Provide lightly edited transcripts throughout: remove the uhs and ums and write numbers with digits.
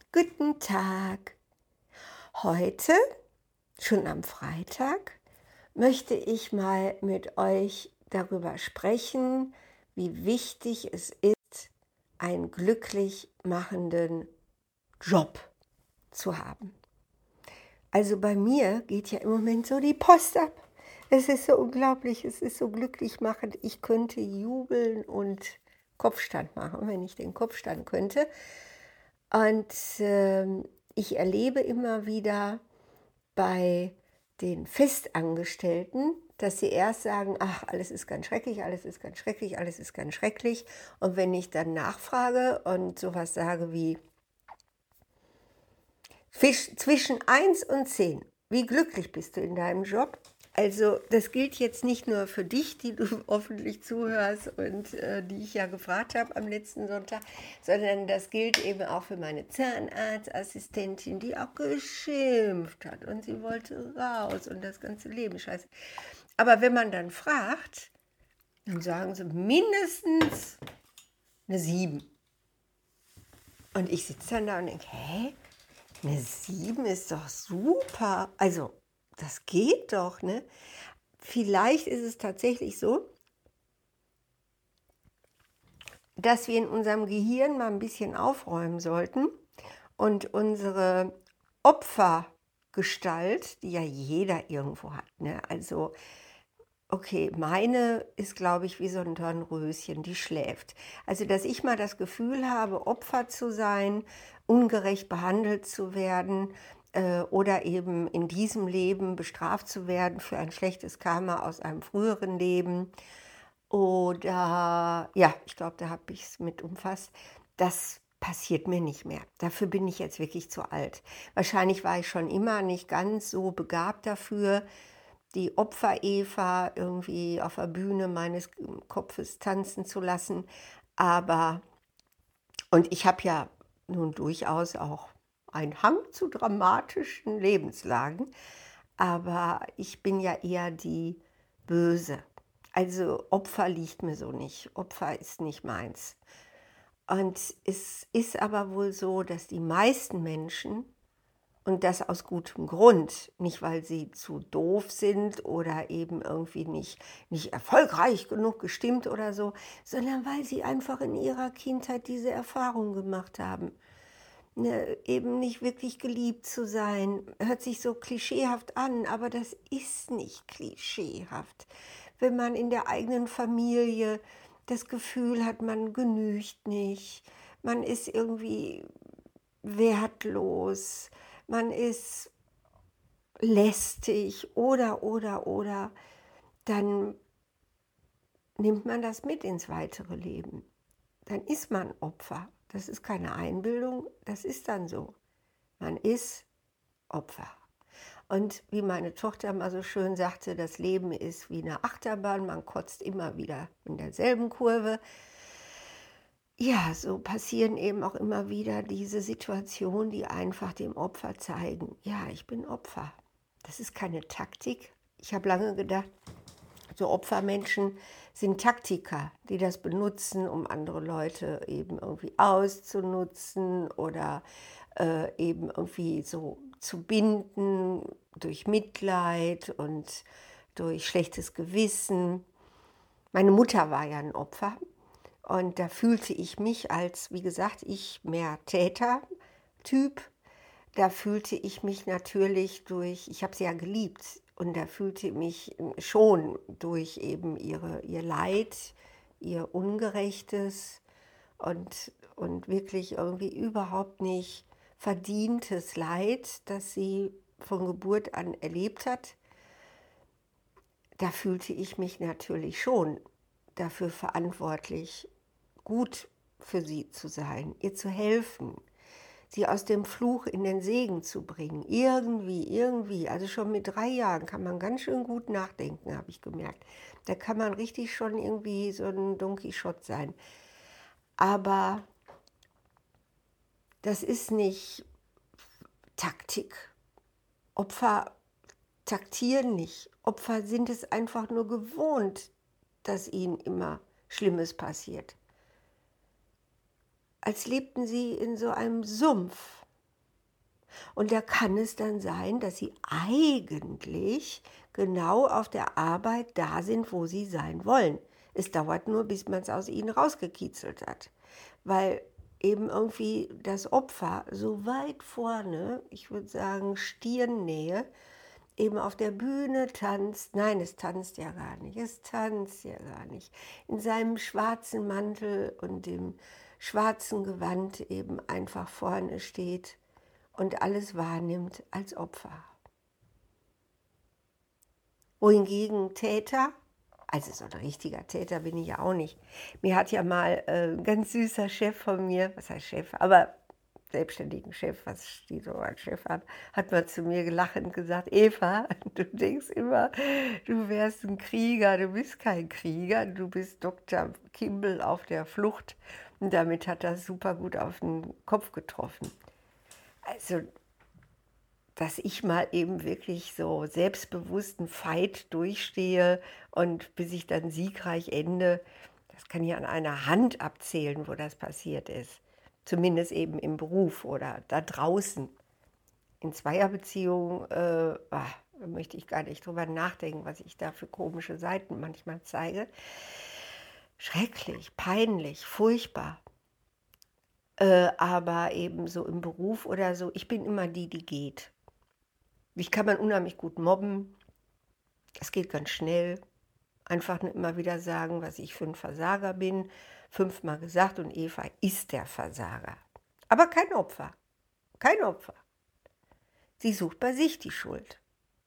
Guten Tag. Heute, schon am Freitag, möchte ich mal mit euch darüber sprechen, wie wichtig es ist, einen glücklich machenden Job zu haben. Also bei mir geht ja im Moment so die Post ab. Es ist so unglaublich, es ist so glücklich machend. Ich könnte jubeln und Kopfstand machen, wenn ich den Kopfstand könnte. Und ich erlebe immer wieder bei den Festangestellten, dass sie erst sagen, ach, alles ist ganz schrecklich, alles ist ganz schrecklich, alles ist ganz schrecklich. Und wenn ich dann nachfrage und sowas sage wie zwischen 1 und 10, wie glücklich bist du in deinem Job? Also das gilt jetzt nicht nur für dich, die du hoffentlich zuhörst und die ich ja gefragt habe am letzten Sonntag, sondern das gilt eben auch für meine Zahnarztassistentin, die auch geschimpft hat und sie wollte raus und das ganze Leben scheiße. Aber wenn man dann fragt, dann sagen sie mindestens eine 7. Und ich sitze dann da und denke, hä? Eine 7 ist doch super. Also, das geht doch, ne? Vielleicht ist es tatsächlich so, dass wir in unserem Gehirn mal ein bisschen aufräumen sollten und unsere Opfergestalt, die ja jeder irgendwo hat, ne? Also, okay, meine ist, glaube ich, wie so ein Dornröschen, die schläft. Also, dass ich mal das Gefühl habe, Opfer zu sein, ungerecht behandelt zu werden, oder eben in diesem Leben bestraft zu werden für ein schlechtes Karma aus einem früheren Leben. Oder ja, ich glaube, da habe ich es mit umfasst. Das passiert mir nicht mehr. Dafür bin ich jetzt wirklich zu alt. Wahrscheinlich war ich schon immer nicht ganz so begabt dafür, die Opfer-Eva irgendwie auf der Bühne meines Kopfes tanzen zu lassen. Aber, und ich habe ja nun durchaus auch einen Hang zu dramatischen Lebenslagen, aber ich bin ja eher die Böse. Also Opfer liegt mir so nicht. Opfer ist nicht meins. Und es ist aber wohl so, dass die meisten Menschen, und das aus gutem Grund, nicht weil sie zu doof sind oder eben irgendwie nicht erfolgreich genug gestimmt oder so, sondern weil sie einfach in ihrer Kindheit diese Erfahrung gemacht haben. Ne, eben nicht wirklich geliebt zu sein. Hört sich so klischeehaft an, aber das ist nicht klischeehaft. Wenn man in der eigenen Familie das Gefühl hat, man genügt nicht, man ist irgendwie wertlos, man ist lästig oder, dann nimmt man das mit ins weitere Leben. Dann ist man Opfer. Das ist keine Einbildung, das ist dann so. Man ist Opfer. Und wie meine Tochter mal so schön sagte, das Leben ist wie eine Achterbahn, man kotzt immer wieder in derselben Kurve. Ja, so passieren eben auch immer wieder diese Situationen, die einfach dem Opfer zeigen, ja, ich bin Opfer. Das ist keine Taktik. Ich habe lange gedacht, so Opfermenschen sind Taktiker, die das benutzen, um andere Leute eben irgendwie auszunutzen oder eben irgendwie so zu binden durch Mitleid und durch schlechtes Gewissen. Meine Mutter war ja ein Opfer und da fühlte ich mich als, wie gesagt, ich mehr Täter-Typ. Da fühlte ich mich natürlich durch, ich habe sie ja geliebt, und da fühlte ich mich schon durch eben ihr Leid, ihr Ungerechtes und wirklich irgendwie überhaupt nicht verdientes Leid, das sie von Geburt an erlebt hat. Da fühlte ich mich natürlich schon dafür verantwortlich, gut für sie zu sein, ihr zu helfen, sie aus dem Fluch in den Segen zu bringen. Irgendwie. Also schon mit 3 Jahren kann man ganz schön gut nachdenken, habe ich gemerkt. Da kann man richtig schon irgendwie so ein Don Quixote sein. Aber das ist nicht Taktik. Opfer taktieren nicht. Opfer sind es einfach nur gewohnt, dass ihnen immer Schlimmes passiert. Als lebten sie in so einem Sumpf. Und da kann es dann sein, dass sie eigentlich genau auf der Arbeit da sind, wo sie sein wollen. Es dauert nur, bis man es aus ihnen rausgekitzelt hat. Weil eben irgendwie das Opfer so weit vorne, ich würde sagen Stirnnähe, eben auf der Bühne tanzt. Nein, es tanzt ja gar nicht. Es tanzt ja gar nicht. In seinem schwarzen Mantel und dem schwarzen Gewand eben einfach vorne steht und alles wahrnimmt als Opfer. Wohingegen Täter, also so ein richtiger Täter bin ich ja auch nicht. Mir hat ja mal ein ganz süßer Chef von mir, was heißt Chef, aber selbstständigen Chef, was die so als Chef hat mal zu mir lachend gesagt: Eva, du denkst immer, du wärst ein Krieger, du bist kein Krieger, du bist Dr. Kimball auf der Flucht. Und damit hat er super gut auf den Kopf getroffen. Also, dass ich mal eben wirklich so selbstbewussten Fight durchstehe und bis ich dann siegreich ende, das kann ich an einer Hand abzählen, wo das passiert ist. Zumindest eben im Beruf oder da draußen. In Zweierbeziehungen, da möchte ich gar nicht drüber nachdenken, was ich da für komische Seiten manchmal zeige. Schrecklich, peinlich, furchtbar. Aber eben so im Beruf oder so, ich bin immer die, die geht. Mich kann man unheimlich gut mobben. Es geht ganz schnell. Einfach nur immer wieder sagen, was ich für ein Versager bin. 5-mal gesagt und Eva ist der Versager. Aber kein Opfer. Kein Opfer. Sie sucht bei sich die Schuld.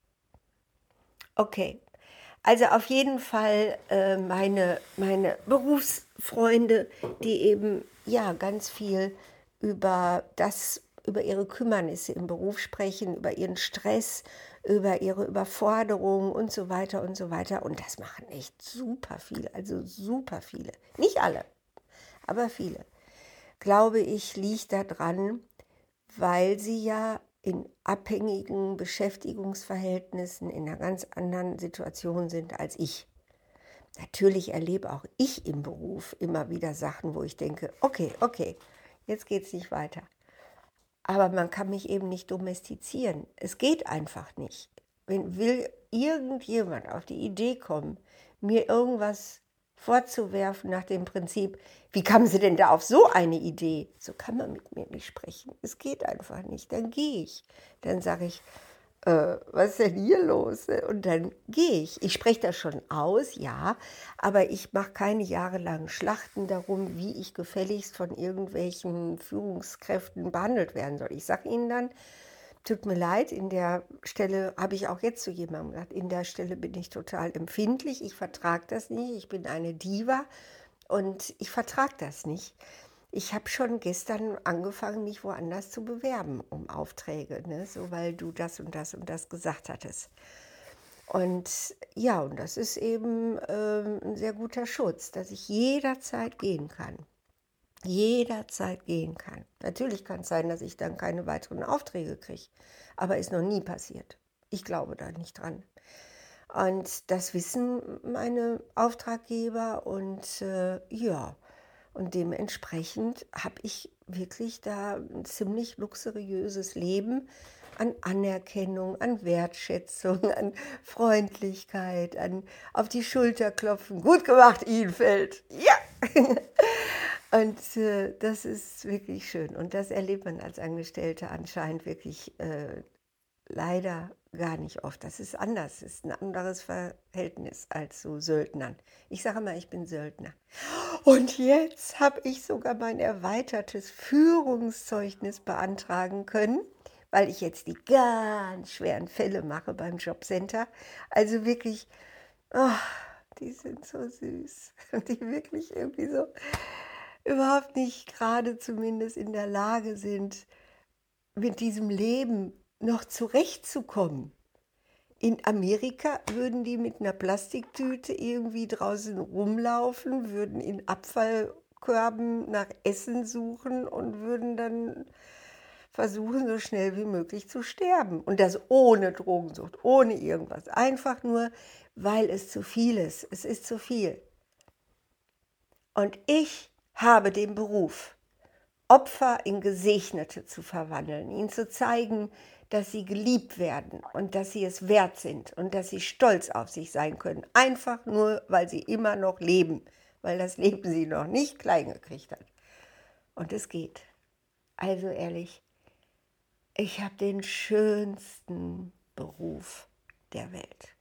Okay, also auf jeden Fall meine Berufsfreunde, die eben ja ganz viel über ihre Kümmernisse im Beruf sprechen, über ihren Stress, über ihre Überforderung und so weiter und so weiter. Und das machen echt super viele, also super viele. Nicht alle, aber viele. Glaube ich, liegt daran, weil sie ja in abhängigen Beschäftigungsverhältnissen in einer ganz anderen Situation sind als ich. Natürlich erlebe auch ich im Beruf immer wieder Sachen, wo ich denke, okay, jetzt geht es nicht weiter. Aber man kann mich eben nicht domestizieren. Es geht einfach nicht. Will irgendjemand auf die Idee kommen, mir irgendwas vorzuwerfen nach dem Prinzip, wie kamen Sie denn da auf so eine Idee? So kann man mit mir nicht sprechen. Es geht einfach nicht. Dann gehe ich. Dann sage ich, was ist denn hier los? Und dann gehe ich. Ich spreche das schon aus, ja, aber ich mache keine jahrelangen Schlachten darum, wie ich gefälligst von irgendwelchen Führungskräften behandelt werden soll. Ich sage ihnen dann, tut mir leid, in der Stelle habe ich auch jetzt zu jemandem gesagt, in der Stelle bin ich total empfindlich, ich vertrage das nicht, ich bin eine Diva und ich vertrage das nicht. Ich habe schon gestern angefangen, mich woanders zu bewerben um Aufträge, ne? So, weil du das und das und das gesagt hattest. Und ja, und das ist eben ein sehr guter Schutz, dass ich jederzeit gehen kann. Jederzeit gehen kann. Natürlich kann es sein, dass ich dann keine weiteren Aufträge kriege, aber ist noch nie passiert. Ich glaube da nicht dran. Und das wissen meine Auftraggeber und ja, und dementsprechend habe ich wirklich da ein ziemlich luxuriöses Leben an Anerkennung, an Wertschätzung, an Freundlichkeit, an auf die Schulter klopfen. Gut gemacht, Ihnfeld. Ja! Und das ist wirklich schön. Und das erlebt man als Angestellte anscheinend wirklich leider gar nicht oft. Das ist anders, das ist ein anderes Verhältnis als zu Söldnern. Ich sage mal, ich bin Söldner. Und jetzt habe ich sogar mein erweitertes Führungszeugnis beantragen können, weil ich jetzt die ganz schweren Fälle mache beim Jobcenter. Also wirklich, oh, die sind so süß. Und die wirklich irgendwie so überhaupt nicht gerade zumindest in der Lage sind, mit diesem Leben noch zurechtzukommen. In Amerika würden die mit einer Plastiktüte irgendwie draußen rumlaufen, würden in Abfallkörben nach Essen suchen und würden dann versuchen, so schnell wie möglich zu sterben. Und das ohne Drogensucht, ohne irgendwas. Einfach nur, weil es zu viel ist. Es ist zu viel. Und ich habe den Beruf Opfer in Gesegnete zu verwandeln, ihnen zu zeigen, dass sie geliebt werden und dass sie es wert sind und dass sie stolz auf sich sein können, einfach nur, weil sie immer noch leben, weil das Leben sie noch nicht klein gekriegt hat. Und es geht. Also ehrlich, ich habe den schönsten Beruf der Welt.